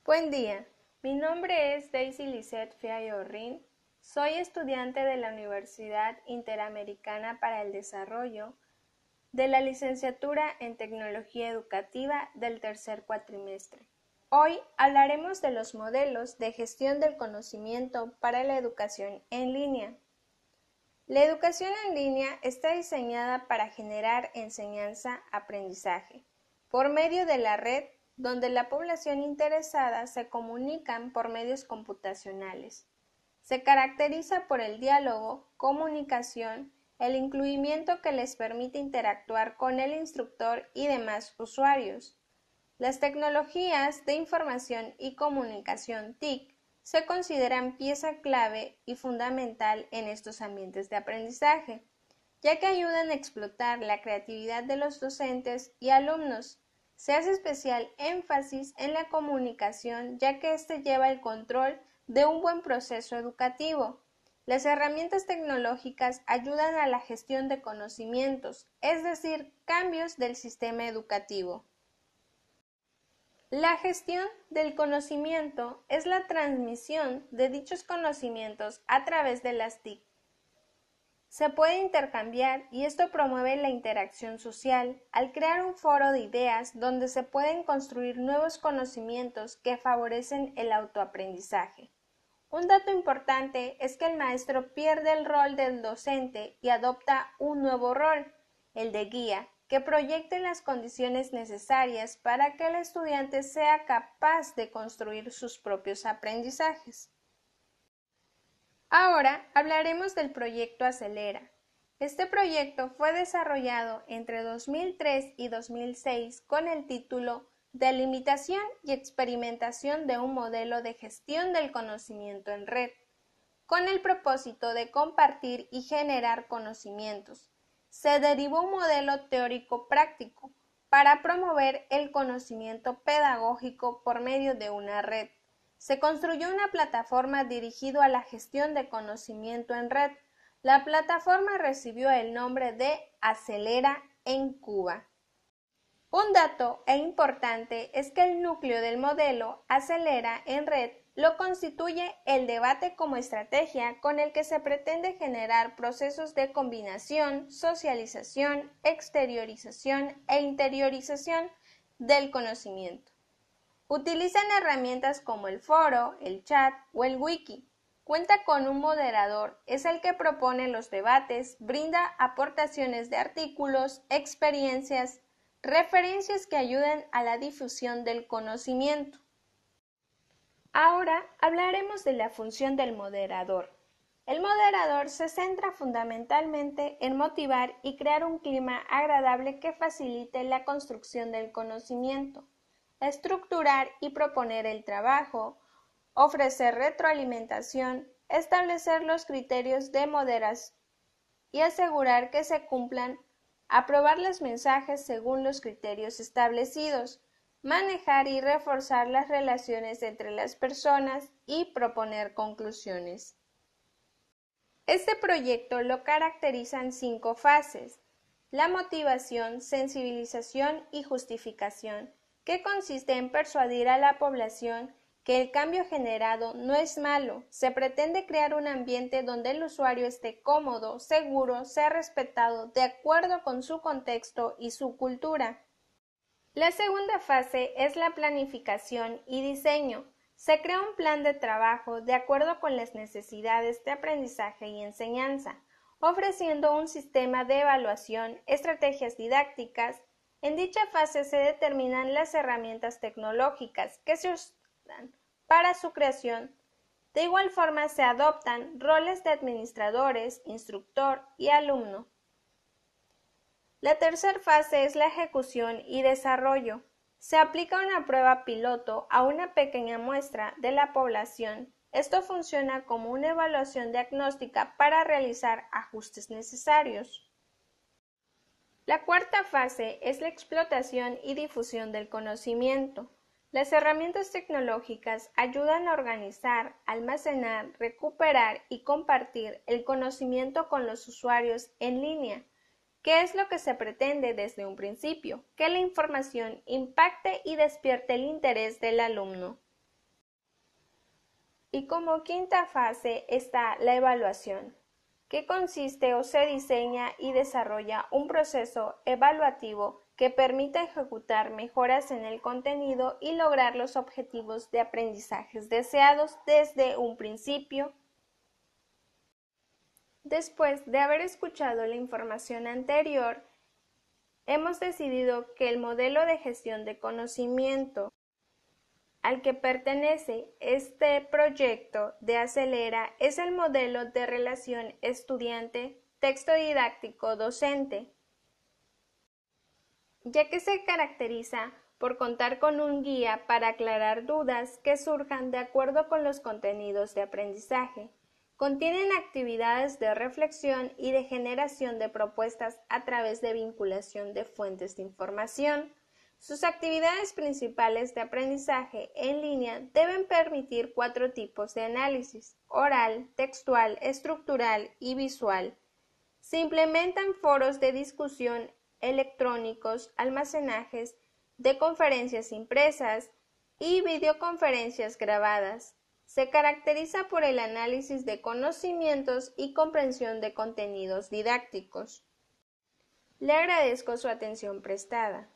Buen día, mi nombre es Daisy Lisette Fiallo-Rin, soy estudiante de la Universidad Interamericana para el Desarrollo de la Licenciatura en Tecnología Educativa del tercer cuatrimestre. Hoy hablaremos de los modelos de gestión del conocimiento para la educación en línea. La educación en línea está diseñada para generar enseñanza-aprendizaje por medio de la red donde la población interesada se comunican por medios computacionales. Se caracteriza por el diálogo, comunicación, el incluimiento que les permite interactuar con el instructor y demás usuarios. Las tecnologías de información y comunicación TIC se consideran pieza clave y fundamental en estos ambientes de aprendizaje, ya que ayudan a explotar la creatividad de los docentes y alumnos. Se hace especial énfasis en la comunicación, ya que éste lleva el control de un buen proceso educativo. Las herramientas tecnológicas ayudan a la gestión de conocimientos, es decir, cambios del sistema educativo. La gestión del conocimiento es la transmisión de dichos conocimientos a través de las TIC. Se puede intercambiar y esto promueve la interacción social al crear un foro de ideas donde se pueden construir nuevos conocimientos que favorecen el autoaprendizaje. Un dato importante es que el maestro pierde el rol del docente y adopta un nuevo rol, el de guía, que proyecte las condiciones necesarias para que el estudiante sea capaz de construir sus propios aprendizajes. Ahora hablaremos del proyecto Acelera. Este proyecto fue desarrollado entre 2003 y 2006 con el título Delimitación y experimentación de un modelo de gestión del conocimiento en red, con el propósito de compartir y generar conocimientos. Se derivó un modelo teórico práctico para promover el conocimiento pedagógico por medio de una red. Se construyó una plataforma dirigida a la gestión de conocimiento en red. La plataforma recibió el nombre de Acelera en Cuba. Un dato importante es que el núcleo del modelo Acelera en red lo constituye el debate como estrategia con el que se pretende generar procesos de combinación, socialización, exteriorización e interiorización del conocimiento. Utilizan herramientas como el foro, el chat o el wiki. Cuenta con un moderador, es el que propone los debates, brinda aportaciones de artículos, experiencias, referencias que ayuden a la difusión del conocimiento. Ahora hablaremos de la función del moderador. El moderador se centra fundamentalmente en motivar y crear un clima agradable que facilite la construcción del conocimiento, estructurar y proponer el trabajo, ofrecer retroalimentación, establecer los criterios de moderación y asegurar que se cumplan, aprobar los mensajes según los criterios establecidos, manejar y reforzar las relaciones entre las personas y proponer conclusiones. Este proyecto lo caracterizan 5 fases: la motivación, sensibilización y justificación, que consiste en persuadir a la población que el cambio generado no es malo. Se pretende crear un ambiente donde el usuario esté cómodo, seguro, sea respetado de acuerdo con su contexto y su cultura. La segunda fase es la planificación y diseño. Se crea un plan de trabajo de acuerdo con las necesidades de aprendizaje y enseñanza, ofreciendo un sistema de evaluación, estrategias didácticas. En dicha fase se determinan las herramientas tecnológicas que se usan para su creación. De igual forma se adoptan roles de administradores, instructor y alumno. La tercera fase es la ejecución y desarrollo. Se aplica una prueba piloto a una pequeña muestra de la población. Esto funciona como una evaluación diagnóstica para realizar ajustes necesarios. La cuarta fase es la explotación y difusión del conocimiento. Las herramientas tecnológicas ayudan a organizar, almacenar, recuperar y compartir el conocimiento con los usuarios en línea. ¿Qué es lo que se pretende desde un principio? Que la información impacte y despierte el interés del alumno. Y como quinta fase está la evaluación, que consiste o se diseña y desarrolla un proceso evaluativo que permita ejecutar mejoras en el contenido y lograr los objetivos de aprendizajes deseados desde un principio. Después de haber escuchado la información anterior, hemos decidido que el modelo de gestión de conocimiento al que pertenece este proyecto de Acelera es el modelo de relación estudiante-texto didáctico-docente, ya que se caracteriza por contar con un guía para aclarar dudas que surjan de acuerdo con los contenidos de aprendizaje. Contienen actividades de reflexión y de generación de propuestas a través de vinculación de fuentes de información. Sus actividades principales de aprendizaje en línea deben permitir 4 tipos de análisis: oral, textual, estructural y visual. Se implementan foros de discusión electrónicos, almacenajes de conferencias impresas y videoconferencias grabadas. Se caracteriza por el análisis de conocimientos y comprensión de contenidos didácticos. Le agradezco su atención prestada.